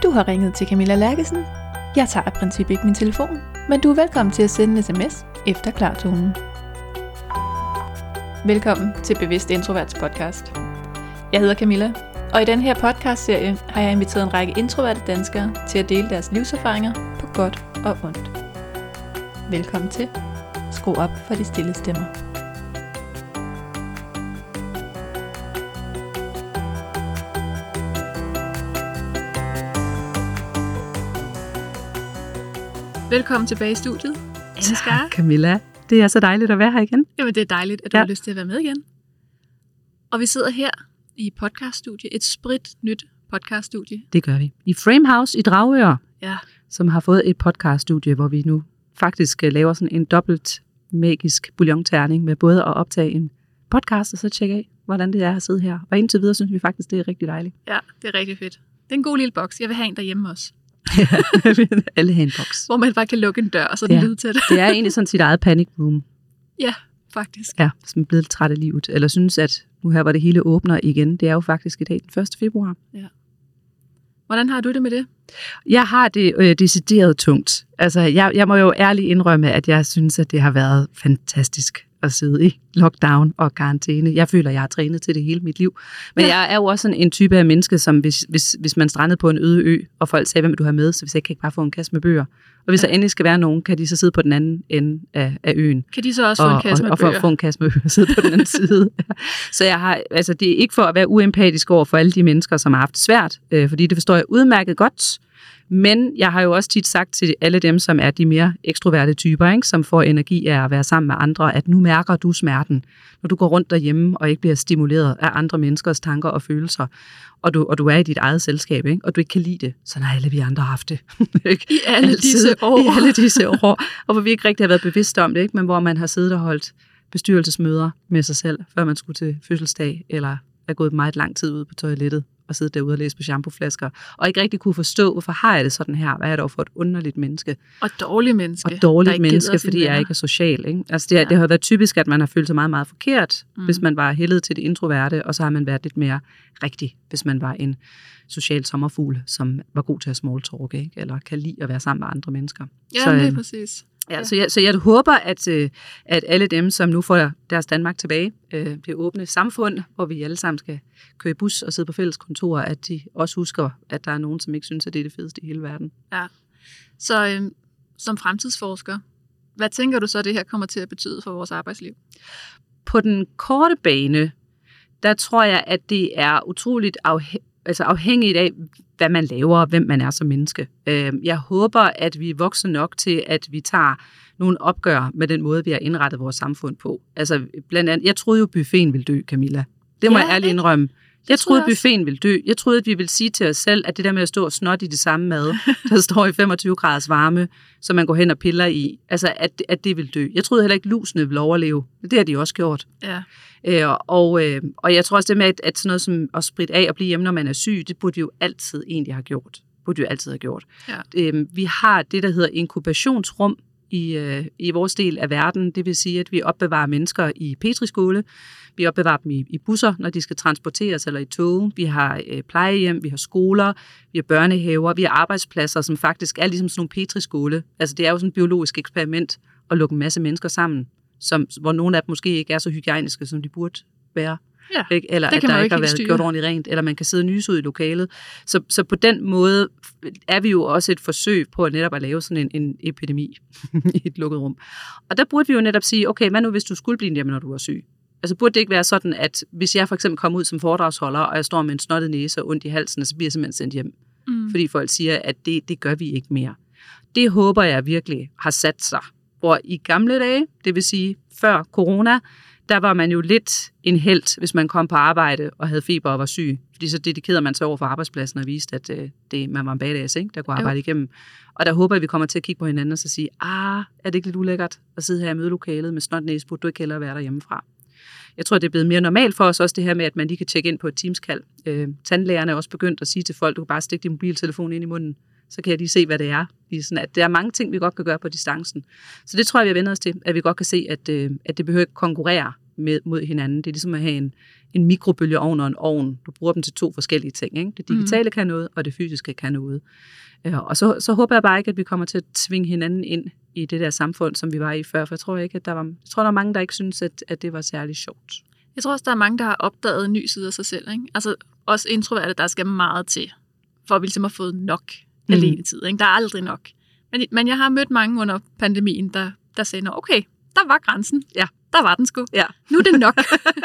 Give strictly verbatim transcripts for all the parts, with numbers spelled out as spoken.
Du har ringet til Camilla Lærkesen. Jeg tager af princip ikke min telefon, men du er velkommen til at sende en sms efter klartonen. Velkommen til Bevidst Introverts podcast. Jeg hedder Camilla, og i den her podcastserie har jeg inviteret en række introverte danskere til at dele deres livserfaringer på godt og ondt. Velkommen til. Skru op for de stille stemmer. Velkommen tilbage i studiet. Tak, Camilla. Det er så dejligt at være her igen. Jamen, det er dejligt, at du ja. har lyst til at være med igen. Og vi sidder her i podcaststudie, et sprit nyt podcaststudie. Det gør vi. I Framehouse i Dragør, ja. som har fået et podcaststudie, hvor vi nu faktisk laver sådan en dobbelt magisk bouillonterning med både at optage en podcast og så tjekke af, hvordan det er at sidde her. Og indtil videre synes vi faktisk, det er rigtig dejligt. Ja, det er rigtig fedt. Det er en god lille boks. Jeg vil have en derhjemme også. Alle har en boks. Hvor man bare kan lukke en dør, og så den ja. lyder til det. Det er egentlig sådan sit eget panic room. Ja, faktisk. Ja, som er blevet lidt træt af livet. Eller synes, at nu her var det hele åbner igen. Det er jo faktisk i dag den første februar. Ja. Hvordan har du det med det? Jeg har det øh, decideret tungt. Altså, jeg, jeg må jo ærligt indrømme, at jeg synes, at det har været fantastisk at sidde i lockdown og karantæne. Jeg føler, at jeg har trænet til det hele mit liv. Men ja. jeg er jo også sådan en type af menneske, som hvis, hvis, hvis man strandede på en øde ø, og folk sagde, hvem vil du have med, så hvis jeg kan ikke bare få en kasse med bøger. Og hvis ja. der endelig skal være nogen, kan de så sidde på den anden ende af, af øen. Kan de så også og, få en kasse med og, bøger? Og få en kasse med bøger og sidde på den anden side. Så jeg har, altså, det er ikke for at være uempatisk over for alle de mennesker, som har haft det svært, øh, fordi det forstår jeg udmærket godt. Men jeg har jo også tit sagt til alle dem, som er de mere ekstroverte typer, ikke, som får energi af at være sammen med andre, at nu mærker du smerten, når du går rundt derhjemme og ikke bliver stimuleret af andre menneskers tanker og følelser, og du, og du er i dit eget selskab, ikke, og du ikke kan lide det. Sådan har alle vi andre haft det. I alle Altid, disse år. I alle disse år. Og hvor vi ikke rigtig har været bevidste om det, ikke, men hvor man har siddet og holdt bestyrelsesmøder med sig selv, før man skulle til fødselsdag, eller er gået meget lang tid ude på toilettet og sidde derude og læse på shampooflasker, og ikke rigtig kunne forstå, hvorfor har jeg det sådan her? Hvad er det for et underligt menneske? Og dårligt menneske. Og dårligt menneske, fordi jeg ikke er social. Ikke? Altså det, ja. det har været typisk, at man har følt sig meget, meget forkert, mm. hvis man var hældet til det introverte, og så har man været lidt mere rigtig, hvis man var en social sommerfugl, som var god til at small talk, ikke? Eller kan lide at være sammen med andre mennesker. Ja, så, det er øh, præcis. Ja, ja. Så, jeg, så jeg håber, at, at alle dem, som nu får deres Danmark tilbage, øh, det åbne samfund, hvor vi alle sammen skal køre i bus og sidde på fælles kontorer, at de også husker, at der er nogen, som ikke synes, at det er det fedeste i hele verden. Ja. Så øh, som fremtidsforsker, hvad tænker du så, det her kommer til at betyde for vores arbejdsliv? På den korte bane, der tror jeg, at det er utroligt afhængigt, altså afhængigt af, hvad man laver og hvem man er som menneske. Jeg håber, at vi er voksne nok til, at vi tager nogle opgør med den måde, vi har indrettet vores samfund på. Altså, blandt andet, jeg troede jo, buffeten ville dø, Camilla. Det må ja, jeg ærligt indrømme. Jeg troede, jeg buffeten ville dø. Jeg troede, at vi ville sige til os selv, at det der med at stå og snot i det samme mad, der står i femogtyve graders varme, som man går hen og piller i, altså at, at det ville dø. Jeg troede heller ikke, lusene ville overleve. Det har de også gjort. Ja. Øh, og, øh, og jeg tror også det med, at, at sådan noget som at spritte af og blive hjemme, når man er syg, det burde vi jo altid egentlig have gjort. Det burde vi jo altid have gjort. Ja. Øh, vi har det, der hedder inkubationsrum i, øh, i vores del af verden. Det vil sige, at vi opbevarer mennesker i petriskåle. Vi opbevarer dem i, i busser, når de skal transporteres, eller i tog. Vi har øh, plejehjem, vi har skoler, vi har børnehaver, vi har arbejdspladser, som faktisk er ligesom sådan nogle petriskåle. Altså det er jo sådan et biologisk eksperiment at lukke en masse mennesker sammen, som, hvor nogle af dem måske ikke er så hygiejniske, som de burde være. Ja, ikke? Eller at der ikke har været styre. Gjort ordentligt rent, eller man kan sidde og nyse ud i lokalet. Så, så på den måde er vi jo også et forsøg på at netop at lave sådan en, en epidemi i et lukket rum. Og der burde vi jo netop sige, okay, hvad nu hvis du skulle blive hjemme, når du er syg? Altså burde det ikke være sådan, at hvis jeg for eksempel kommer ud som foredragsholder, og jeg står med en snottet næse og ondt i halsen, så bliver jeg simpelthen sendt hjem. Mm. Fordi folk siger, at det, det gør vi ikke mere. Det håber jeg virkelig har sat sig. Hvor i gamle dage, det vil sige før corona, der var man jo lidt en helt, hvis man kom på arbejde og havde feber og var syg. Fordi så dedikerede man sig over for arbejdspladsen og viste, at øh, det, man var en badass, ikke, der kunne arbejde jo. igennem. Og der håber jeg, at vi kommer til at kigge på hinanden og så sige, ah, er det ikke lidt ulækkert at sidde her i mødelokalet med snot næse, burde du ikke hellere være derhjemmefra? Jeg tror, det er blevet mere normalt for os også, det her med, at man lige kan tjekke ind på et Teams-kald. Øh, tandlægerne er også begyndt at sige til folk, du kan bare stikke din mobiltelefon ind i munden, så kan jeg lige se, hvad det er. Sådan, at der er mange ting, vi godt kan gøre på distancen. Så det tror jeg, vi har vendt os til, at vi godt kan se, at, øh, at det behøver ikke konkurrere med, mod hinanden. Det er ligesom at have en, en mikrobølgeovn og en ovn. Du bruger dem til to forskellige ting. Ikke? Det digitale mm. kan noget, og det fysiske kan noget. Ja, og så, så håber jeg bare ikke, at vi kommer til at tvinge hinanden ind i det der samfund, som vi var i før. For jeg tror ikke, at der var, jeg tror, der var mange, der ikke synes, at, at det var særlig sjovt. Jeg tror også, der er mange, der har opdaget en ny side af sig selv. Ikke? Altså også introverte, der skal meget til, for at vi ligesom har fået nok mm. alenetid. Ikke? Der er aldrig nok. Men, men jeg har mødt mange under pandemien, der, der sagde, okay, der var grænsen. Ja. Der var den sgu. Ja. Nu er det nok.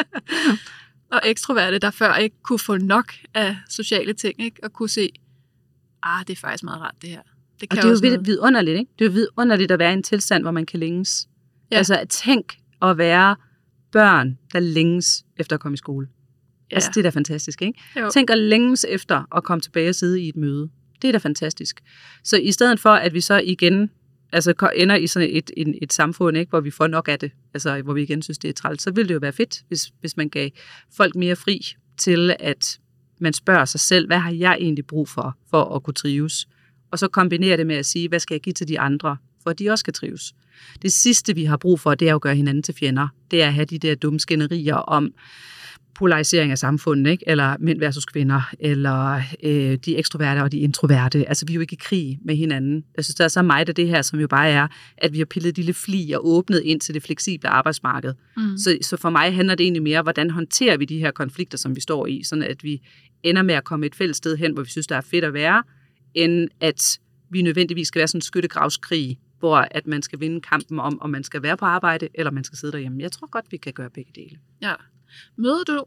Og ekstroverte, der før ikke kunne få nok af sociale ting, ikke? Og kunne se, ah, det er faktisk meget rart, det her. Det kan og det er jo noget. vidunderligt, ikke? Det er jo vidunderligt at være i en tilstand, hvor man kan længes. Ja. Altså, tænk at være børn, der længes efter at komme i skole. Ja. Altså, det er da fantastisk, ikke? Jo. Tænk at længes efter at komme tilbage og sidde i et møde. Det er da fantastisk. Så i stedet for, at vi så igen altså ender i sådan et, et, et samfund, ikke, hvor vi får nok af det, altså hvor vi igen synes, det er træls, så ville det jo være fedt, hvis, hvis man gav folk mere fri til, at man spørger sig selv, hvad har jeg egentlig brug for, for at kunne trives? Og så kombinere det med at sige, hvad skal jeg give til de andre, for at de også skal trives? Det sidste, vi har brug for, det er at gøre hinanden til fjender. Det er at have de der dumme skænderier om polarisering af samfundet, ikke? Eller mænd versus kvinder, eller øh, de ekstroverte og de introverte. Altså, vi er jo ikke i krig med hinanden. Jeg synes, der er så meget af det her, som jo bare er, at vi har pillet et lille fli og åbnet ind til det fleksible arbejdsmarked. Mm. Så, så for mig handler det egentlig mere, hvordan håndterer vi de her konflikter, som vi står i, sådan at vi ender med at komme et fælles sted hen, hvor vi synes, der er fedt at være, end at vi nødvendigvis skal være sådan en skyttegravskrig, hvor at man skal vinde kampen om, om man skal være på arbejde, eller man skal sidde derhjemme. Jeg tror godt, vi kan gøre begge dele. Ja. Møder du,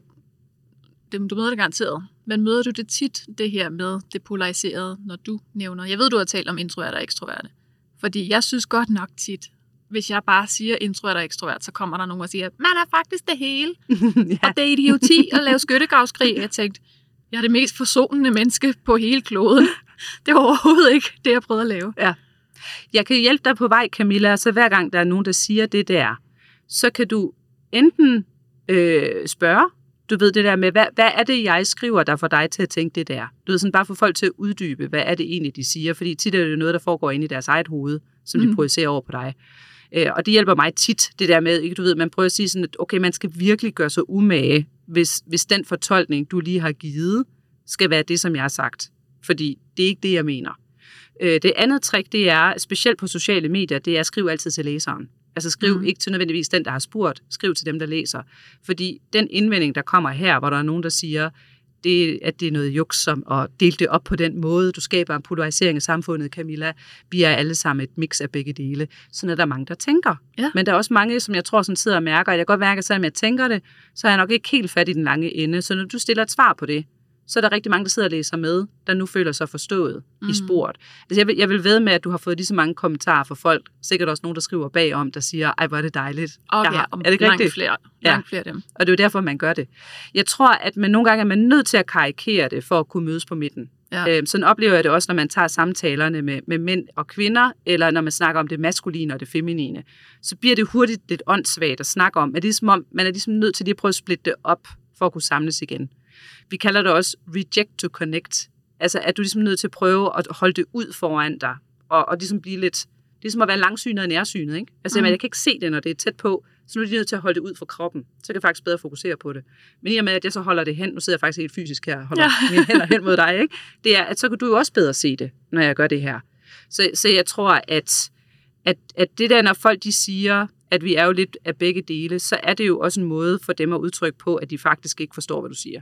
det, du møder det garanteret, men møder du det tit, det her med det polariserede, når du nævner, jeg ved, du har talt om introvert og ekstroverte, fordi jeg synes godt nok tit, hvis jeg bare siger introvert og ekstrovert, så kommer der nogen og siger, man er faktisk det hele, ja. Og det er idioti at lave skyttegravskrig. Jeg tænkte, jeg er det mest forsonende menneske på hele kloden. Det var overhovedet ikke det, jeg prøvede at lave. Ja. Jeg kan hjælpe dig på vej, Camilla, så hver gang der er nogen, der siger det der, så kan du enten øh, spørge, du ved det der med, hvad, hvad er det, jeg skriver, der får dig til at tænke det der? Du ved sådan bare få folk til at uddybe, hvad er det egentlig, de siger, fordi tit er det noget, der foregår inde i deres eget hoved, som mm. de projicerer over på dig. Øh, og det hjælper mig tit, det der med, ikke, du ved, man prøver at sige sådan, at okay, man skal virkelig gøre sig umage, hvis, hvis den fortolkning, du lige har givet, skal være det, som jeg har sagt. Fordi det er ikke det, jeg mener. Øh, det andet trick, det er, specielt på sociale medier, det er at skrive altid til læseren. Altså skriv mm. ikke til nødvendigvis den, der har spurgt, skriv til dem, der læser. Fordi den indvending, der kommer her, hvor der er nogen, der siger, det, at det er noget juks som at dele det op på den måde, du skaber en polarisering af samfundet, Camilla, vi er alle sammen et mix af begge dele. Sådan er der mange, der tænker. Ja. Men der er også mange, som jeg tror, som sidder og mærker, og jeg kan godt mærke, at selvom jeg tænker det, så er jeg nok ikke helt fat i den lange ende. Så når du stiller et svar på det, så er der rigtig mange, der sidder og læser med, der nu føler sig forstået mm. i sporet. Altså jeg vil, jeg vil ved med, at du har fået lige så mange kommentarer fra folk, sikkert også nogen, der skriver bagom, der siger, ej, hvor er det dejligt. Okay, har, er det ikke langt rigtigt? Flere, ja. langt flere af dem. Og det er jo derfor, man gør det. Jeg tror, at man nogle gange er man nødt til at karikere det, for at kunne mødes på midten. Ja. Øhm, sådan oplever jeg det også, når man tager samtalerne med, med mænd og kvinder, eller når man snakker om det maskuline og det feminine. Så bliver det hurtigt lidt åndssvagt at snakke om, at det er som om, man er ligesom nødt til lige at prøve at splitte det op, for at kunne samles igen. Vi kalder det også reject to connect. Altså, at du ligesom er nødt til at prøve at holde det ud foran dig, og, og ligesom blive lidt, det er som at være langsynet og nærsynet, ikke? Altså, mm. jeg kan ikke se det, når det er tæt på, så nu er de nødt til at holde det ud fra kroppen. Så kan jeg faktisk bedre fokusere på det. Men i og med, at jeg så holder det hen, nu sidder jeg faktisk helt fysisk her, og holder ja. mine hænder hen mod dig, ikke? Det er, at så kan du jo også bedre se det, når jeg gør det her. Så, så jeg tror, at, at, at det der, når folk de siger, at vi er jo lidt af begge dele, så er det jo også en måde for dem at udtrykke på, at de faktisk ikke forstår, hvad du siger.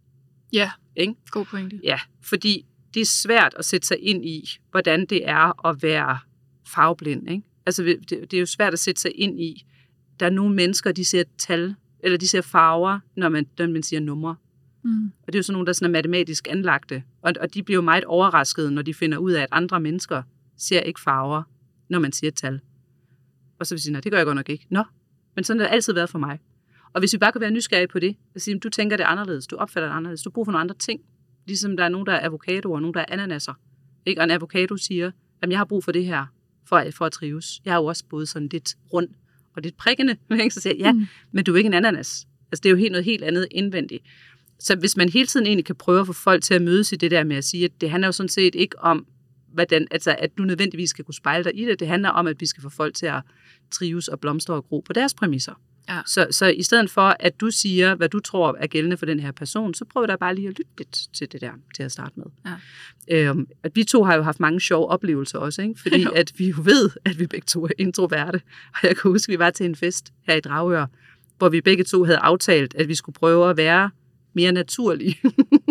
Ja, ikke? God pointe. Ja, fordi det er svært at sætte sig ind i, hvordan det er at være farveblind, ikke? Altså, det, det er jo svært at sætte sig ind i. Der er nogle mennesker, de ser tal, eller de ser farver, når man, når man siger numre. Mm. Og det er jo sådan nogle, der sådan er matematisk anlagte. Og, og de bliver jo meget overraskede, når de finder ud af, at andre mennesker ser ikke farver, når man siger tal. Og så vil jeg sige, nej, det gør jeg godt nok ikke. Nå, men sådan har det altid været for mig. Og hvis vi bare kan være nysgerrige på det, at sige, du tænker det anderledes, du opfatter det anderledes, du bruger for nogle andre ting. Ligesom der er nogen, der er avocadoer, og nogen, der er ananaser. Ikke? Og en avocado siger, at jeg har brug for det her, for, for at trives. Jeg har jo også både sådan lidt rund og lidt prikkende. Så siger jeg, ja, mm. men du er ikke en ananas. Altså, det er jo helt noget helt andet indvendigt. Så hvis man hele tiden egentlig kan prøve at få folk til at mødes i det der med at sige, at det handler jo sådan set ikke om, hvordan, altså, at du nødvendigvis skal kunne spejle dig i det. Det handler om, at vi skal få folk til at trives og blomstre og gro på deres præmisser. Ja. Så, så i stedet for, at du siger, hvad du tror er gældende for den her person, så prøv da bare lige at lytte lidt til det der, til at starte med. Ja. Øhm, at vi to har jo haft mange sjove oplevelser også, ikke? Fordi jo. At vi jo ved, at vi begge to er introverte. Og jeg kan huske, at vi var til en fest her i Dragør, hvor vi begge to havde aftalt, at vi skulle prøve at være mere naturlige.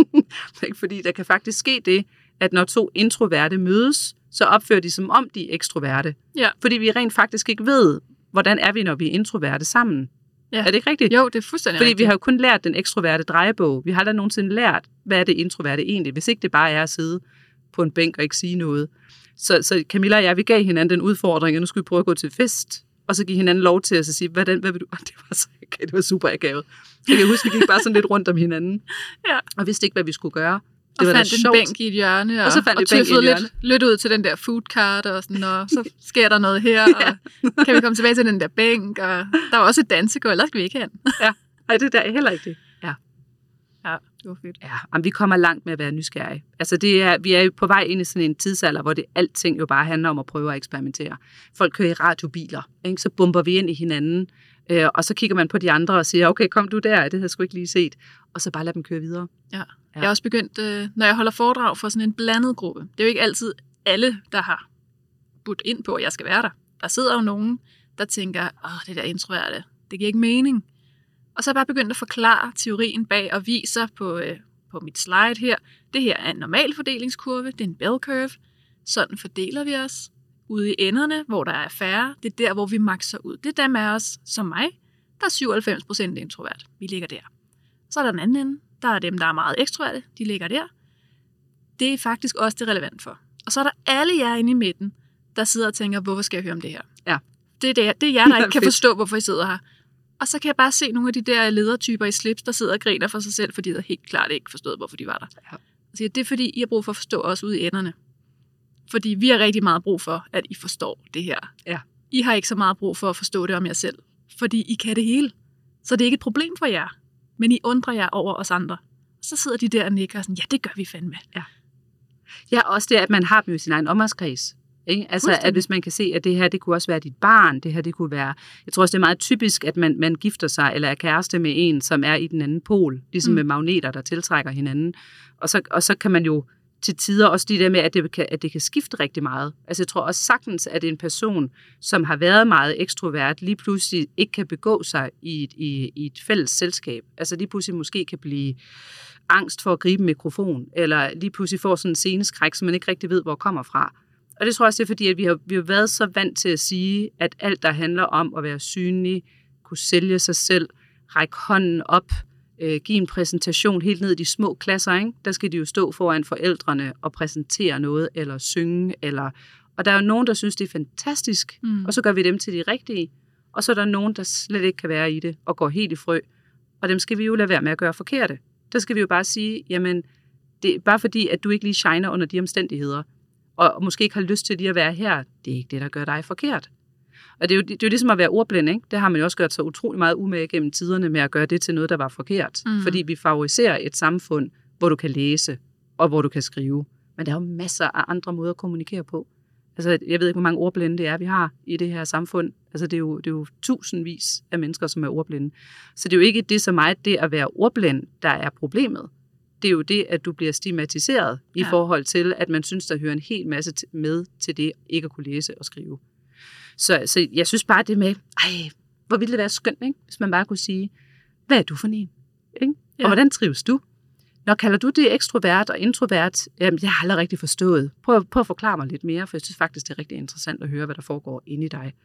Fordi der kan faktisk ske det, at når to introverte mødes, så opfører de som om de er ekstroverte. Ja. Fordi vi rent faktisk ikke ved, hvordan er vi, når vi er introverte sammen. Ja. Er det ikke rigtigt? Jo, det er fuldstændig Fordi rigtigt. vi har jo kun lært den ekstroverte drejebog. Vi har aldrig nogensinde lært, hvad er det introverte egentlig, hvis ikke det bare er at sidde på en bænk og ikke sige noget. Så, så Camilla og jeg, vi gav hinanden den udfordring, at nu skulle vi prøve at gå til fest, og så give hinanden lov til at sige, hvad, den, hvad vil du? Det var, så, okay, det var super akavet. Jeg kan huske, vi gik bare sådan lidt rundt om hinanden, ja. Og vidste ikke, hvad vi skulle gøre. Det og fandt en sjovt. bænk i et hjørne, og, og, så fandt og tøffede lidt, lidt ud til den der food cart, og sådan, og så sker der noget her, ja. Og kan vi komme tilbage til den der bænk, og der var også et dansegulv, ellers skal vi ikke hen. Ja, nej, det der er heller ikke det. Ja. Ja, det var fedt. Ja, men vi kommer langt med at være nysgerrige. Altså, det er, vi er jo på vej ind i sådan en tidsalder, hvor det alting jo bare handler om at prøve at eksperimentere. Folk kører i radiobiler, ikke? Så bomber vi ind i hinanden, øh, og så kigger man på de andre og siger, okay, kom du der, det havde jeg sgu ikke lige set, og så bare lad dem køre videre. Ja. Jeg har også begyndt, øh, når jeg holder foredrag for sådan en blandet gruppe. Det er jo ikke altid alle, der har budt ind på, at jeg skal være der. Der sidder jo nogen, der tænker, åh, det der introverte, det giver ikke mening. Og så er jeg bare begyndt at forklare teorien bag og viser på, øh, på mit slide her. Det her er en normal fordelingskurve, det er en bell curve. Sådan fordeler vi os. Ude i enderne, hvor der er færre, det er der, hvor vi makser ud. Det er dem af os, som mig, der er syvoghalvfems procent introvert. Vi ligger der. Så er der den anden ende. Der er dem, der er meget ekstroverte. De ligger der. Det er faktisk også det relevant for. Og så er der alle jer inde i midten, der sidder og tænker, hvorfor skal jeg høre om det her? Ja. Det er, det, det er jer, der ikke kan forstå, hvorfor I sidder her. Og så kan jeg bare se nogle af de der ledertyper i slips, der sidder og griner for sig selv, fordi de helt klart ikke forstået, hvorfor de var der. Ja. Så det er fordi, I har brug for at forstå os ude i enderne. Fordi vi har rigtig meget brug for, at I forstår det her. Ja. I har ikke så meget brug for at forstå det om jer selv. Fordi I kan det hele. Så det er ikke et problem for jer. Men I undrer jer over os andre. Så sidder de der og nikker og sådan, ja, det gør vi fandme. Ja, ja, også det, at man har dem i sin egen omgangskreds. Ikke? Altså, at hvis man kan se, at det her, det kunne også være dit barn, det her, det kunne være... Jeg tror også, det er meget typisk, at man, man gifter sig eller er kæreste med en, som er i den anden pol. Ligesom mm. med magneter, der tiltrækker hinanden. Og så, og så kan man jo til tider også det der med, at det, kan, at det kan skifte rigtig meget. Altså, jeg tror også sagtens, at en person, som har været meget ekstrovert, lige pludselig ikke kan begå sig i et, i, i et fælles selskab. Altså, lige pludselig måske kan blive angst for at gribe en mikrofon, eller lige pludselig får sådan en sceneskræk, som man ikke rigtig ved, hvor kommer fra. Og det tror jeg også, det er fordi, at vi har, vi har været så vant til at sige, at alt, der handler om at være synlig, kunne sælge sig selv, række hånden op, øh, give en præsentation helt ned i de små klasser, ikke? Der skal de jo stå foran forældrene og præsentere noget, eller synge, eller... Og der er jo nogen, der synes, det er fantastisk, mm. og så gør vi dem til de rigtige. Og så er der nogen, der slet ikke kan være i det, og går helt i frø. Og dem skal vi jo lade være med at gøre forkerte. Der skal vi jo bare sige, jamen, det er bare fordi, at du ikke lige shiner under de omstændigheder, og måske ikke har lyst til lige at være her, det er ikke det, der gør dig forkert. Og det er jo, det er jo ligesom at være ordblind, ikke? Det har man jo også gjort så utrolig meget umage gennem tiderne med at gøre det til noget, der var forkert. Mm. Fordi vi favoriserer et samfund, hvor du kan læse, og hvor du kan skrive. Men der er jo masser af andre måder at kommunikere på. Altså, jeg ved ikke, hvor mange ordblinde det er, vi har i det her samfund. Altså, det er jo, det er jo tusindvis af mennesker, som er ordblinde. Så det er jo ikke det så meget det at være ordblind, der er problemet. Det er jo det, at du bliver stigmatiseret i ja. forhold til, at man synes, der hører en hel masse med til det, ikke at kunne læse og skrive. Så, så jeg synes bare det med, ej, hvor ville det være skønt, ikke? Hvis man bare kunne sige, hvad er du for en? Ikke? Ja. Og hvordan trives du? Når kalder du det ekstrovert og introvert? Jamen, jeg har aldrig rigtig forstået. Prøv, prøv at forklare mig lidt mere, for jeg synes faktisk, det er rigtig interessant at høre, hvad der foregår inde i dig.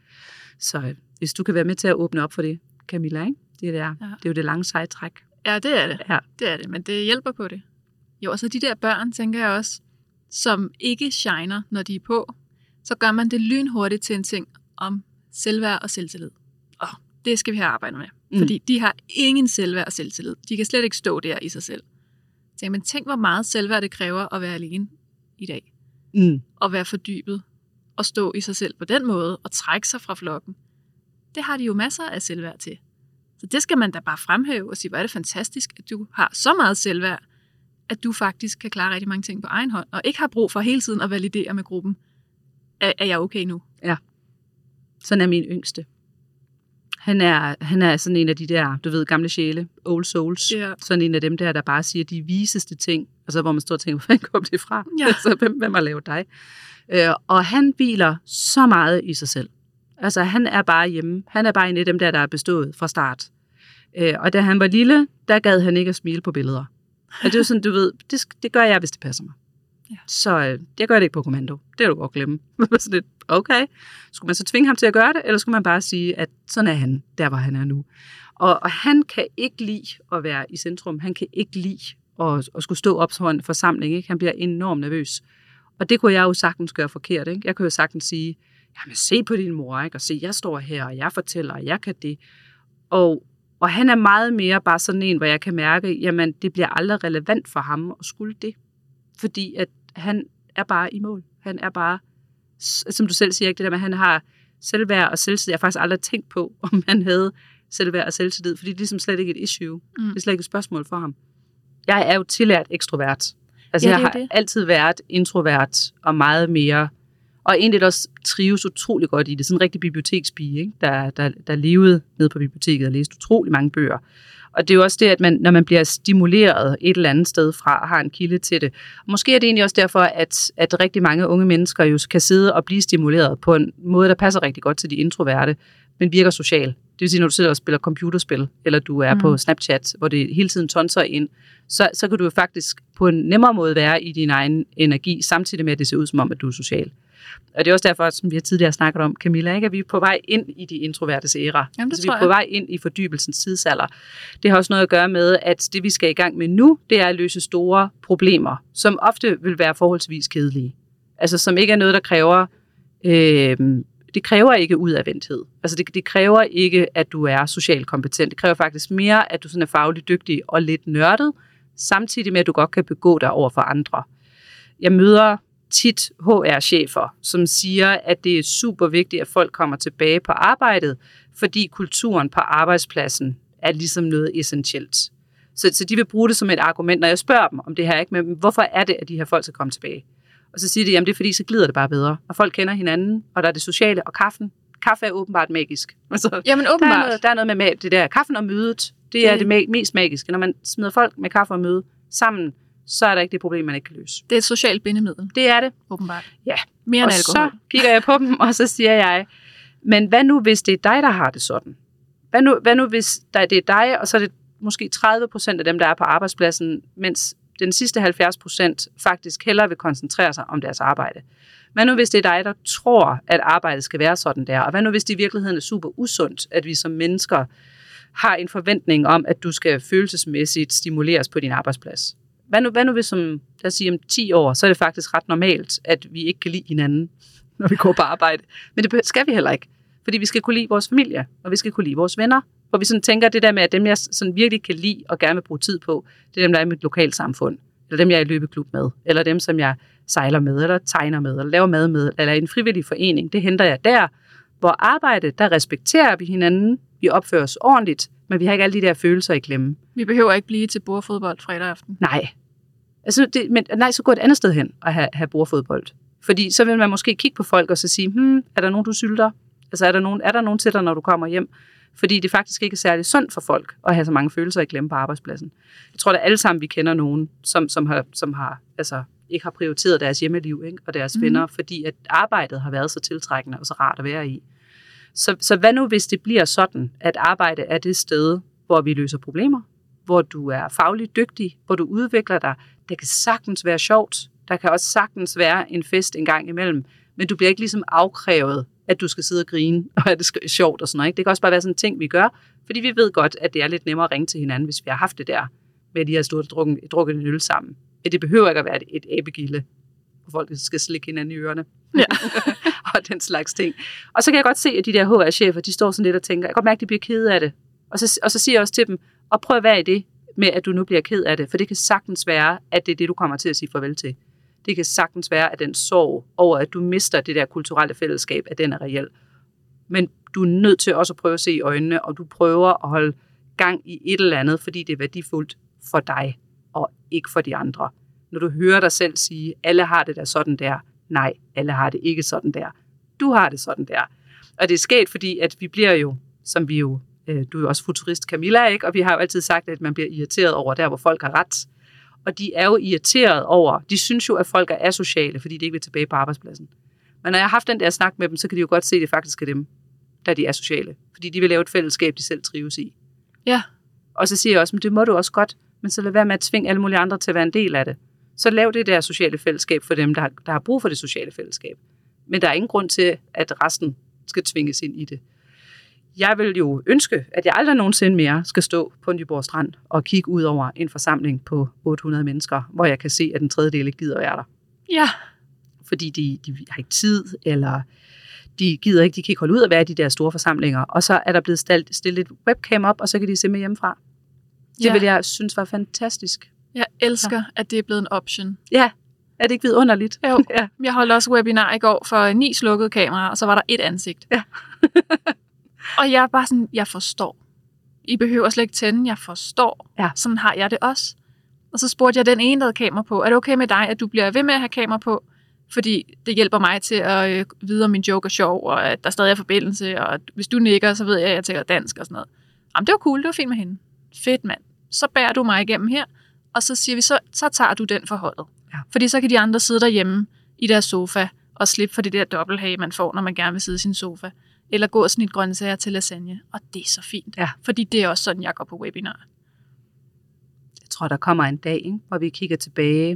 Så hvis du kan være med til at åbne op for det, Camilla, ikke? Det, er der, ja. det er jo det lange seje træk. Ja, det er det. Ja. Det er det, men det hjælper på det. Jo, og så de der børn, tænker jeg også, som ikke shiner, når de er på, så gør man det lynhurtigt til en ting om selvværd og selvtillid. Og det skal vi have arbejdet med. Mm. Fordi de har ingen selvværd og selvtillid. De kan slet ikke stå der i sig selv. Så, men tænk, hvor meget selvværd det kræver at være alene i dag. Mm. Og være fordybet. Og stå i sig selv på den måde, og trække sig fra flokken. Det har de jo masser af selvværd til. Så det skal man da bare fremhæve og sige, hvor er det fantastisk, at du har så meget selvværd, at du faktisk kan klare rigtig mange ting på egen hånd, og ikke har brug for hele tiden at validere med gruppen. Er, er jeg okay nu? Ja. Sådan er min yngste. Han er, han er sådan en af de der, du ved, gamle sjæle, old souls. Yeah. Sådan en af dem der, der bare siger de viseste ting. Altså, hvor man står og tænker, hvor kom det fra? Ja. Altså, hvem, hvem har lavet dig? Øh, og han hviler så meget i sig selv. Altså, han er bare hjemme. Han er bare en af dem der, der er bestået fra start. Øh, og da han var lille, der gad han ikke at smile på billeder. Og det er jo sådan, du ved, det, det gør jeg, hvis det passer mig. Ja. Så øh, jeg gør det ikke på kommando. Det er du godt glemme. Så det, okay. Skulle man så tvinge ham til at gøre det, eller skulle man bare sige, at sådan er han, der hvor han er nu. Og, og han kan ikke lide at være i centrum. Han kan ikke lide at, at skulle stå op for en forsamling. Ikke? Han bliver enormt nervøs. Og det kunne jeg jo sagtens gøre forkert. Ikke? Jeg kunne jo sagtens sige, jamen se på din mor, ikke? Og se, jeg står her, og jeg fortæller, og jeg kan det. Og, og han er meget mere bare sådan en, hvor jeg kan mærke, jamen det bliver aldrig relevant for ham at skulle det. Fordi at han er bare i mål. Han er bare, som du selv siger, ikke? Det der med, at han har selvværd og selvtillid. Jeg har faktisk aldrig tænkt på, om han havde selvværd og selvtillid, fordi det er ligesom slet ikke et issue. Mm. Det er slet ikke et spørgsmål for ham. Jeg er jo tillært ekstrovert. Altså ja, jeg har det. altid været introvert og meget mere, og egentlig også trives utrolig godt i det. Sådan en rigtig bibliotekspige, ikke? Der, der, der levede nede på biblioteket og læste utrolig mange bøger. Og det er jo også det, at man, når man bliver stimuleret et eller andet sted fra, har en kilde til det. Og måske er det egentlig også derfor, at, at rigtig mange unge mennesker jo kan sidde og blive stimuleret på en måde, der passer rigtig godt til de introverte, men virker social. Det vil sige, når du sidder og spiller computerspil, eller du er mm. på Snapchat, hvor det hele tiden tonser ind, så, så kan du jo faktisk på en nemmere måde være i din egen energi, samtidig med, at det ser ud som om, at du er social. Og det er også derfor, som vi har tidligere snakket om, Camilla, ikke? At vi er på vej ind i de introvertes æra. Jamen, altså, vi er på vej ind i fordybelsens tidsalder. Det har også noget at gøre med, at det, vi skal i gang med nu, det er at løse store problemer, som ofte vil være forholdsvis kedelige. Altså, som ikke er noget, der kræver... Øh, det kræver ikke udadvendthed. Altså, det, det kræver ikke, at du er socialt kompetent. Det kræver faktisk mere, at du sådan er fagligt dygtig og lidt nørdet, samtidig med, at du godt kan begå dig over for andre. Jeg møder tit H R-chefer, som siger, at det er super vigtigt, at folk kommer tilbage på arbejdet, fordi kulturen på arbejdspladsen er ligesom noget essentielt. Så, så de vil bruge det som et argument, når jeg spørger dem om det her, ikke? Men hvorfor er det, at de her folk skal komme tilbage? Og så siger de, jamen det er fordi, så glider det bare bedre. Og folk kender hinanden, og der er det sociale, og kaffen. Kaffe er åbenbart magisk. Altså, jamen åbenbart. Der er noget, der er noget med det der. Kaffen og mødet, det er det, det mest magiske. Når man smider folk med kaffe og møde sammen, så er der ikke det problem, man ikke kan løse. Det er et socialt bindemiddel. Det er det. Åbenbart. Ja. Mere end og alkohol. Så kigger jeg på dem, og så siger jeg, men hvad nu, hvis det er dig, der har det sådan? Hvad nu, hvad nu hvis der, det er dig, og så er det måske tredive procent af dem, der er på arbejdspladsen, mens den sidste halvfjerds procent faktisk hellere vil koncentrere sig om deres arbejde. Hvad nu hvis det er dig, der tror, at arbejdet skal være sådan der? Og hvad nu hvis det i virkeligheden er super usundt, at vi som mennesker har en forventning om, at du skal følelsesmæssigt stimuleres på din arbejdsplads? Hvad nu, hvad nu hvis som, lad os sige, om ti år, så er det faktisk ret normalt, at vi ikke kan lide hinanden, når vi går på arbejde. Men det skal vi heller ikke, fordi vi skal kunne lide vores familie, og vi skal kunne lide vores venner. Hvor vi sådan tænker det der med, at dem, jeg sådan virkelig kan lide og gerne vil bruge tid på, det er dem, der er i mit lokalsamfund, eller dem, jeg er i løbeklub med, eller dem, som jeg sejler med, eller tegner med, eller laver mad med, eller i en frivillig forening. Det henter jeg der, hvor arbejde, der respekterer vi hinanden, vi opfører os ordentligt, men vi har ikke alle de der følelser i klemme. Vi behøver ikke blive til bordfodbold fredag aften. Nej. Altså, det, men nej, så gå et andet sted hen og have, have bordfodbold. Fordi så vil man måske kigge på folk og så sige, hmm, er der nogen, du sylter? Altså, er der nogen, er der nogen til dig, når du kommer hjem? Fordi det faktisk ikke er særlig sundt for folk at have så mange følelser i klemme på arbejdspladsen. Jeg tror, at alle sammen vi kender nogen, som, som, har, som har, altså, ikke har prioriteret deres hjemmeliv, ikke? Og deres mm. venner, fordi at arbejdet har været så tiltrækkende og så rart at være i. Så, så hvad nu, hvis det bliver sådan, at arbejde er det sted, hvor vi løser problemer, hvor du er fagligt dygtig, hvor du udvikler dig. Det kan sagtens være sjovt. Der kan også sagtens være en fest en gang imellem, men du bliver ikke ligesom afkrævet, at du skal sidde og grine, og at det er sjovt og sådan noget. Ikke? Det kan også bare være sådan en ting, vi gør, fordi vi ved godt, at det er lidt nemmere at ringe til hinanden, hvis vi har haft det der, med at de har stået og drukket, drukket en øl sammen. Ja, det behøver ikke at være et, et æbegilde, hvor folk skal slikke hinanden i ørerne. Ja. Og den slags ting. Og så kan jeg godt se, at de der H R-chefer, de står sådan lidt og tænker, jeg kan godt mærke, at de bliver kede af det. Og så, og så siger jeg også til dem, og prøv at være i det, med at du nu bliver ked af det, for det kan sagtens være, at det er det, du kommer til at sige farvel til. Det kan sagtens være, at den sorg over, at du mister det der kulturelle fællesskab, at den er reel. Men du er nødt til også at prøve at se i øjnene, og du prøver at holde gang i et eller andet, fordi det er værdifuldt for dig, og ikke for de andre. Når du hører dig selv sige, alle har det der sådan der, nej, alle har det ikke sådan der. Du har det sådan der. Og det er sket, fordi at vi bliver jo som vi jo, øh, du er jo også futurist, Camilla, ikke? Og vi har jo altid sagt, at man bliver irriteret over der, hvor folk har ret. Og de er jo irriteret over, de synes jo, at folk er asociale, fordi de ikke vil tilbage på arbejdspladsen. Men når jeg har haft den der snak med dem, så kan de jo godt se, at det faktisk er dem, der de er asociale. Fordi de vil lave et fællesskab, de selv trives i. Ja. Og så siger jeg også, men det må du også godt, men så lad være med at tvinge alle mulige andre til at være en del af det. Så lav det der sociale fællesskab for dem, der har, der har brug for det sociale fællesskab. Men der er ingen grund til, at resten skal tvinges ind i det. Jeg vil jo ønske, at jeg aldrig nogensinde mere skal stå på Nyborg Strand og kigge ud over en forsamling på otte hundrede mennesker, hvor jeg kan se, at en tredjedel ikke gider være der. Ja. Fordi de, de har ikke tid, eller de gider ikke, de kan ikke holde ud at være i de der store forsamlinger. Og så er der blevet stillet, stillet et webcam op, og så kan de se med hjemmefra. Det Ja. vil jeg synes var fantastisk. Jeg elsker, ja. at det er blevet en option. Ja, er det ikke vidunderligt? Jo. Ja. Jeg holdt også webinar i går for ni slukkede kameraer, og så var der et ansigt. Ja. Og jeg er bare sådan, jeg forstår. I behøver slet ikke tænde, jeg forstår. Ja. Sådan har jeg det også. Og så spurgte jeg den ene, der havde kamera på, er det okay med dig, at du bliver ved med at have kamera på? Fordi det hjælper mig til at øh, vide, om min joke er sjov, og at der stadig er forbindelse, og at hvis du nikker, så ved jeg, at jeg taler dansk og sådan noget. Jamen, det var cool, det var fint med hende. Fedt, mand. Så bærer du mig igennem her, og så siger vi, så, så tager du den forholdet. Ja. Fordi så kan de andre sidde derhjemme i deres sofa, og slippe for det der dobbelthage, man får, når man gerne vil sidde i sin sofa. Eller gå og snit grøntsager til lasagne. Og det er så fint. Ja. Fordi det er også sådan, jeg går på webinar. Jeg tror, der kommer en dag, ikke, hvor vi kigger tilbage,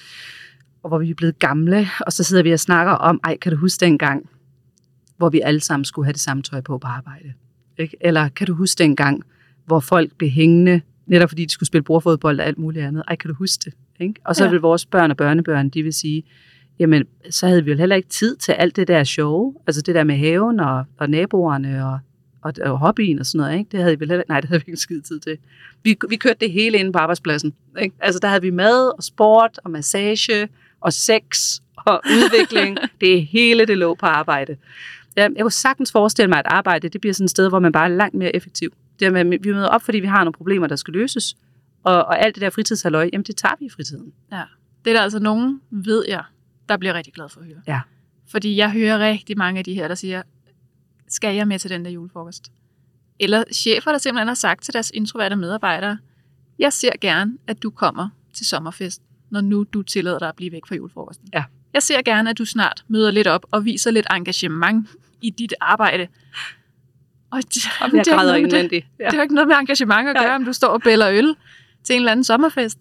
og hvor vi er blevet gamle, og så sidder vi og snakker om, ej, kan du huske dengang, hvor vi alle sammen skulle have det samme tøj på på arbejde? Ikke? Eller kan du huske dengang, hvor folk blev hængende, netop fordi de skulle spille bordfodbold og alt muligt andet? Ej, kan du huske det? Ikke? Og så Ja. vil vores børn og børnebørn, de vil sige, jamen, så havde vi jo heller ikke tid til alt det der show, altså det der med haven og, og naboerne og, og, og hobbyen og sådan noget, ikke? Det havde vi vel heller, nej, det havde vi ikke skid tid til. Vi, vi kørte det hele inde på arbejdspladsen, ikke? Altså der havde vi mad og sport og massage og sex og udvikling. Det hele, det lå på arbejde. Jeg, jeg kunne sagtens forestille mig, at arbejde, det bliver sådan et sted, hvor man bare er langt mere effektiv. Det er, med, vi møder op, fordi vi har nogle problemer, der skal løses, og, og alt det der fritidshalløj, jamen det tager vi i fritiden. Ja. Det er der altså nogen, ved jeg, der bliver rigtig glad for at høre. Ja. Fordi jeg hører rigtig mange af de her, der siger, skal jeg med til den der julefrokost? Eller chefer, der simpelthen har sagt til deres introverte medarbejdere, jeg ser gerne, at du kommer til sommerfest, når nu du tillader dig at blive væk fra julefrokosten. Ja. Jeg ser gerne, at du snart møder lidt op og viser lidt engagement i dit arbejde. Og det, Og det, jeg er græder ikke noget med det. indvendigt. Ja. det har ikke noget med engagement at gøre, Nej. om du står og bæller øl til en eller anden sommerfest.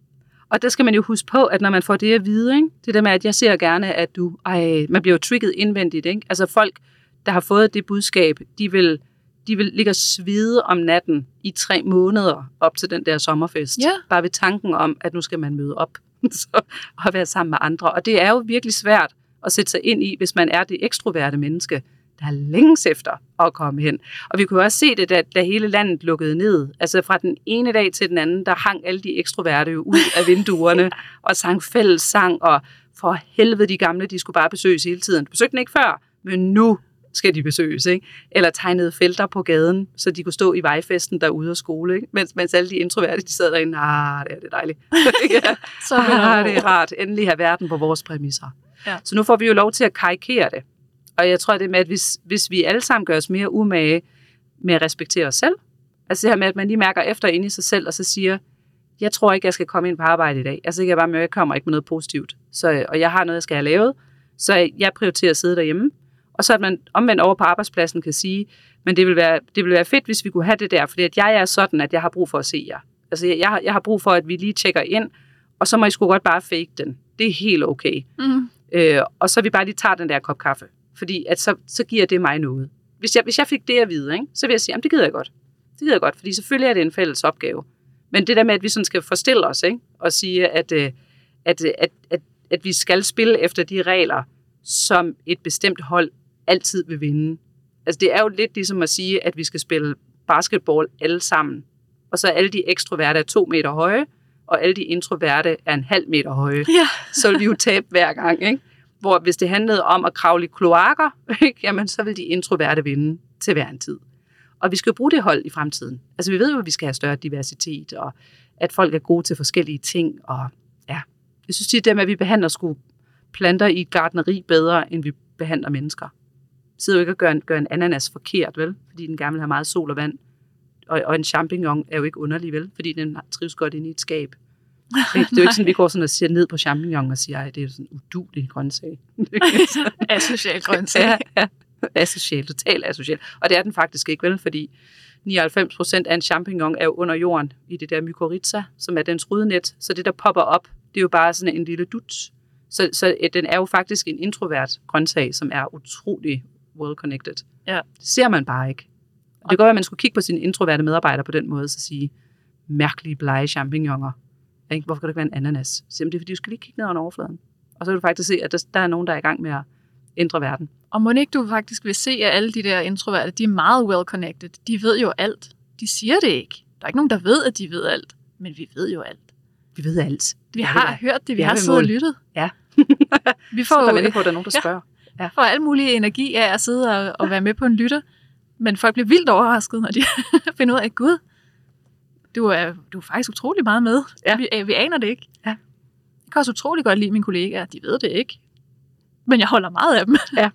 Og der skal man jo huske på, at når man får det at vide, ikke? Det der med, at jeg ser gerne, at du... Ej, man bliver jo trigget indvendigt, ikke? Altså folk, der har fået det budskab, de vil, de vil ligge og svide om natten i tre måneder op til den der sommerfest. Ja. Bare ved tanken om, at nu skal man møde op så, og være sammen med andre. Og det er jo virkelig svært at sætte sig ind i, hvis man er det ekstroverte menneske, der er længes efter at komme hen. Og vi kunne også se det, da, da hele landet lukkede ned. Altså fra den ene dag til den anden, der hang alle de ekstroverte jo ud af vinduerne og sang fællessang, og for helvede de gamle, de skulle bare besøges hele tiden. De besøgte den ikke før, men nu skal de besøges, ikke? Eller tegnede felter på gaden, så de kunne stå i vejfesten derude af skole, ikke? Mens, mens alle de introverte, de sad derinde, ah, det er det dejligt. ja. Så ah, det er rart, endelig have verden på vores præmisser. Ja. Så nu får vi jo lov til at karikere det. Og jeg tror, det med, at hvis, hvis vi alle sammen gør os mere umage med at respektere os selv, altså det her med, at man lige mærker efter inde i sig selv, og så siger, jeg tror ikke, jeg skal komme ind på arbejde i dag. Altså ikke jeg bare med, at jeg kommer ikke med noget positivt. Så, og jeg har noget, jeg skal have lavet, så jeg prioriterer at sidde derhjemme. Og så at man omvendt over på arbejdspladsen kan sige, men det vil være, det vil være fedt, hvis vi kunne have det der, fordi at jeg er sådan, at jeg har brug for at se jer. Altså jeg, jeg, har, jeg har brug for, at vi lige tjekker ind, og så må I sgu godt bare fake den. Det er helt okay. Mm. Øh, og så vi bare lige tager den der kop kaffe. Fordi at så, så giver det mig noget. Hvis jeg, hvis jeg fik det at vide, ikke, så vil jeg sige, jamen det gider jeg godt. Det gider jeg godt, fordi selvfølgelig er det en fælles opgave. Men det der med, at vi sådan skal forstille os, ikke, og sige, at, at, at, at, at, at vi skal spille efter de regler, som et bestemt hold altid vil vinde. Altså det er jo lidt ligesom at sige, at vi skal spille basketball alle sammen. Og så er alle de ekstroverte er to meter høje, og alle de introverte er en halv meter høje. Ja. Så vil vi jo tabe hver gang, ikke? Hvor hvis det handlede om at kravle i kloakker, ikke? Jamen så vil de introverte vinde til hver en tid. Og vi skal jo bruge det hold i fremtiden. Altså vi ved jo, at vi skal have større diversitet, og at folk er gode til forskellige ting. Og ja, jeg synes, det er det med, at vi behandler sgu planter i et gartneri bedre, end vi behandler mennesker. sidder jo ikke og gør en, gør en ananas forkert, vel? Fordi den gerne vil have meget sol og vand. Og, og en champignon er jo ikke underlig, vel? Fordi den trives godt inde i et skab. Det, det er jo ikke sådan, vi går sådan og ser ned på champignon og siger, at det er sådan en uduelig grøntsag. Asocial grøntsag. Ja, ja. Asocial, totalt asocial. Og det er den faktisk ikke, vel? Fordi nioghalvfems procent af en champignon er jo under jorden i det der mykorrhiza, som er dens ryddenet. Så det, der popper op, det er jo bare sådan en lille dut. Så, så den er jo faktisk en introvert grøntsag, som er utrolig well-connected. Ja. Det ser man bare ikke. Det gør, at man skulle kigge på sine introverte medarbejdere på den måde, så sige, mærkelige blege champignoner. Ikke? Hvorfor kan det ikke være en ananas? Så det er fordi, du skal lige kigge ned under overfladen. Og så vil du faktisk se, at der, der er nogen, der er i gang med at ændre verden. Og må ikke du faktisk vil se, at alle de der introverte, de er meget well-connected. De ved jo alt. De siger det ikke. Der er ikke nogen, der ved, at de ved alt. Men vi ved jo alt. Vi ved alt. Vi har det, hørt det. Vi har siddet og lyttet. Ja. Vi får så jo på, at der er nogen, der spørger. Ja. Ja. Får al mulig energi af at sidde og, og være med på en lytter. Men folk bliver vildt overrasket, når de finder ud af, Gud, du er, du er faktisk utrolig meget med. Ja. Vi, vi aner det ikke. Ja. Jeg kan også utrolig godt lide mine kollegaer. De ved det ikke. Men jeg holder meget af dem. Ja.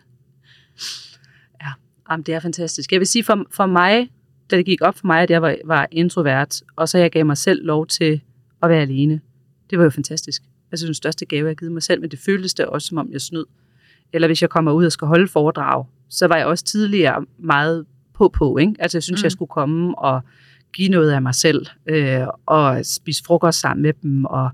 Ja, jamen, det er fantastisk. Jeg vil sige, for, for mig, da det gik op for mig, at jeg var, var introvert, og så jeg gav mig selv lov til at være alene. Det var jo fantastisk. Altså den største gave, jeg har givet mig selv, men det føltes det også, som om jeg snød. Eller hvis jeg kommer ud og skal holde foredrag, så var jeg også tidligere meget på på, ikke? Altså jeg synes, mm. jeg skulle komme og give noget af mig selv, øh, og spise frokost sammen med dem, og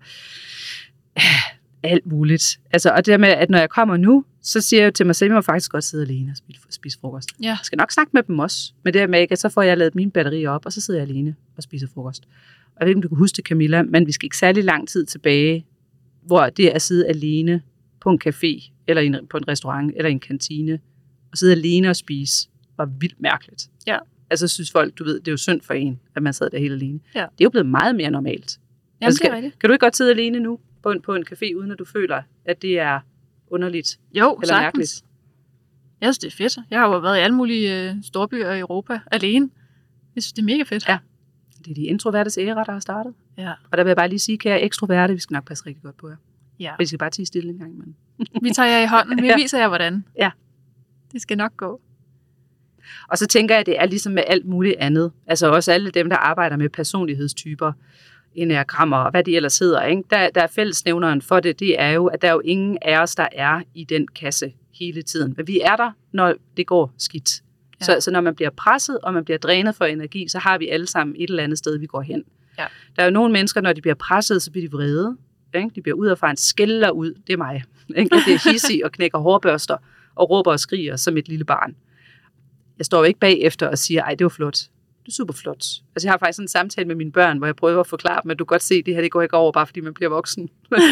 øh, alt muligt. Altså, og det med, at når jeg kommer nu, så siger jeg til mig selv, at jeg må faktisk godt sidde alene og spise, spise frokost. Ja. Jeg skal nok snakke med dem også, men det med, at så får jeg lavet mine batterier op, og så sidder jeg alene og spiser frokost. Og jeg ved ikke, om du kan huske det, Camilla, men vi skal ikke særlig lang tid tilbage, hvor det at sidde alene på en café, eller en, på en restaurant, eller en kantine, og sidde alene og spise, var vildt mærkeligt. Ja. Altså synes folk, du ved, det er jo synd for en, at man sad der helt alene. Ja. Det er jo blevet meget mere normalt. Jamen, altså, det er kan, rigtigt. kan du ikke godt sidde alene nu på en, på en café, uden at du føler, at det er underligt? Jo, eller sagtens. Mærkeligt? Jeg synes, det er fedt. Jeg har jo været i alle mulige øh, storbyer i Europa alene. Jeg synes, det er mega fedt. Ja. Det er de introvertes æra, der har startet. Ja. Og der vil jeg bare lige sige, kære ekstroverte, vi skal nok passe rigtig godt på jer. Ja. Vi skal bare tie stille en gang imellem. Vi tager jer i hånden. Vi ja. viser jer, hvordan. Ja. Det skal nok gå. Og så tænker jeg, at det er ligesom med alt muligt andet. Altså også alle dem, der arbejder med personlighedstyper, enneagrammer og hvad de ellers hedder. Ikke? Der, der er fællesnævneren for det, det er jo, at der er jo ingen af os, der er i den kasse hele tiden. Men vi er der, når det går skidt. Ja. Så, så når man bliver presset, og man bliver drænet for energi, så har vi alle sammen et eller andet sted, vi går hen. Ja. Der er jo nogle mennesker, når de bliver presset, så bliver de vrede. Ikke? De bliver ud og fra en skælder ud. Det er mig. Ikke? Det er hissig og knækker hårbørster og råber og skriger som et lille barn. Jeg står jo ikke bagefter og siger, ej, det var flot. Det er super flot. Altså, jeg har faktisk en samtale med mine børn, hvor jeg prøver at forklare dem, at du kan godt se, at det her det går ikke over, bare fordi man bliver voksen.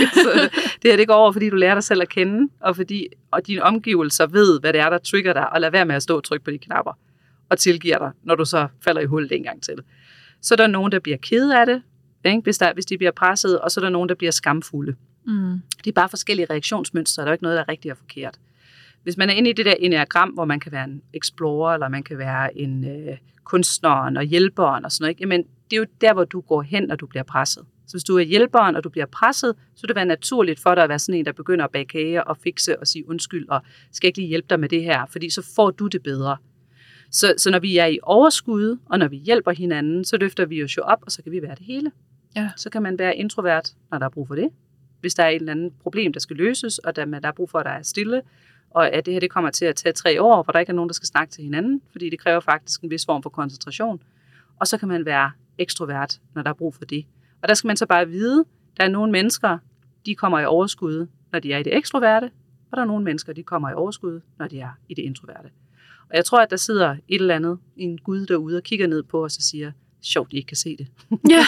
Så det her det går over, fordi du lærer dig selv at kende, og fordi og dine omgivelser ved, hvad det er, der trigger dig, og lad være med at stå og trykke på de knapper, og tilgiver dig, når du så falder i hullet en gang til. Så er der nogen, der bliver ked af det, ikke? Hvis, der, hvis de bliver presset, og så er der nogen, der bliver skamfulde. Mm. Det er bare forskellige reaktionsmønstre, der er ikke noget, der er rigtigt og forkert. Hvis man er inde i det der enneagram, hvor man kan være en explorer, eller man kan være en øh, kunstneren og hjælperen og sådan noget, ikke? Jamen, det er jo der, hvor du går hen, når du bliver presset. Så hvis du er hjælperen, og du bliver presset, så vil det være naturligt for dig at være sådan en, der begynder at bage kager og fikse og sige undskyld, og skal ikke lige hjælpe dig med det her, fordi så får du det bedre. Så, så når vi er i overskud, og når vi hjælper hinanden, så løfter vi os jo op, og så kan vi være det hele. Ja. Så kan man være introvert, når der er brug for det. Hvis der er et eller andet problem, der skal løses, og der, der er brug for, at der er stille, og at det her det kommer til at tage tre år, hvor der ikke er nogen, der skal snakke til hinanden, fordi det kræver faktisk en vis form for koncentration. Og så kan man være ekstrovert, når der er brug for det. Og der skal man så bare vide, der er nogle mennesker, de kommer i overskud, når de er i det ekstroverte, og der er nogle mennesker, de kommer i overskud, når de er i det introverte. Og jeg tror, at der sidder et eller andet, en Gud derude og kigger ned på os og siger, sjovt, I ikke kan se det. Ja.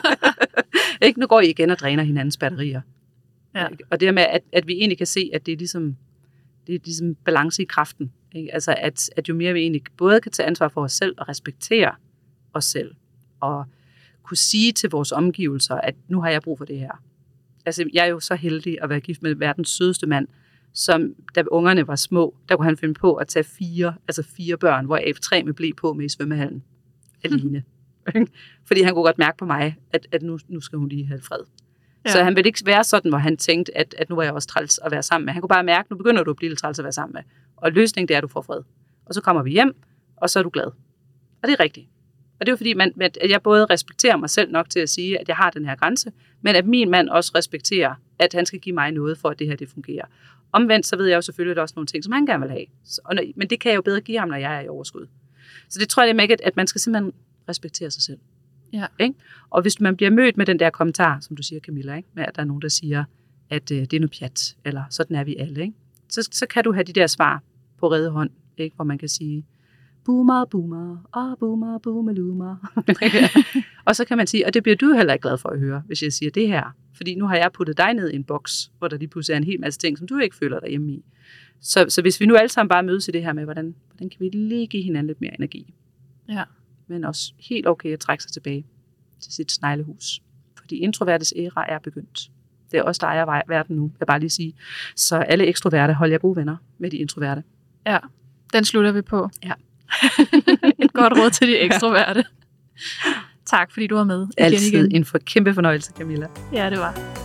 Ikke? Nu går I igen og dræner hinandens batterier. Ja. Og det med, at, at vi egentlig kan se, at det er ligesom, det er ligesom balance i kraften. Ikke? Altså, at, at jo mere vi egentlig både kan tage ansvar for os selv og respektere os selv, og kunne sige til vores omgivelser, at nu har jeg brug for det her. Altså, jeg er jo så heldig at være gift med verdens sødeste mand, som da ungerne var små, der kunne han finde på at tage fire, altså fire børn, hvor jeg tre med ble på med i svømmehallen alene. Fordi han kunne godt mærke på mig, at, at nu, nu skal hun lige have fred. Ja. Så han ville ikke være sådan, hvor han tænkte, at, at nu var jeg også træls at være sammen med. Han kunne bare mærke, at nu begynder du at blive lidt træls at være sammen med. Og løsningen det er, at du får fred. og så kommer vi hjem, og så er du glad. Og det er rigtigt. Og det er jo fordi, man, at jeg både respekterer mig selv nok til at sige, at jeg har den her grænse, men at min mand også respekterer, at han skal give mig noget, for at det her det fungerer. Omvendt, så ved jeg jo selvfølgelig, at der er også nogle ting, som han gerne vil have. Så, og når, men det kan jeg jo bedre give ham, når jeg er i overskud. Så det tror jeg, det er, at man skal simpelthen respektere sig selv. Ja. Ikke? Og hvis man bliver mødt med den der kommentar, som du siger, Camilla, ikke? Med at der er nogen, der siger, at øh, det er noget pjat, eller sådan er vi alle, ikke? Så, så kan du have de der svar på rede hånd, ikke? Hvor man kan sige, boomer, boomer, og boomer, boomer, og så kan man sige, og det bliver du heller ikke glad for at høre, hvis jeg siger det her. Fordi nu har jeg puttet dig ned i en boks, hvor der lige pludselig er en hel masse ting, som du ikke føler dig hjemme i. Så, så hvis vi nu alle sammen bare mødes i det her med, hvordan, hvordan kan vi lige give hinanden lidt mere energi. Ja. Men også helt okay at trække sig tilbage til sit sneglehus. Fordi introvertes æra er begyndt. Det er også der ejer verden nu, vil jeg bare lige sige. Så alle ekstroverte, hold jer gode venner med de introverte. Ja, den slutter vi på. Ja. Et godt råd til de ekstroverte. Tak fordi du var med. Altid igen. En for kæmpe fornøjelse, Camilla. Ja, det var.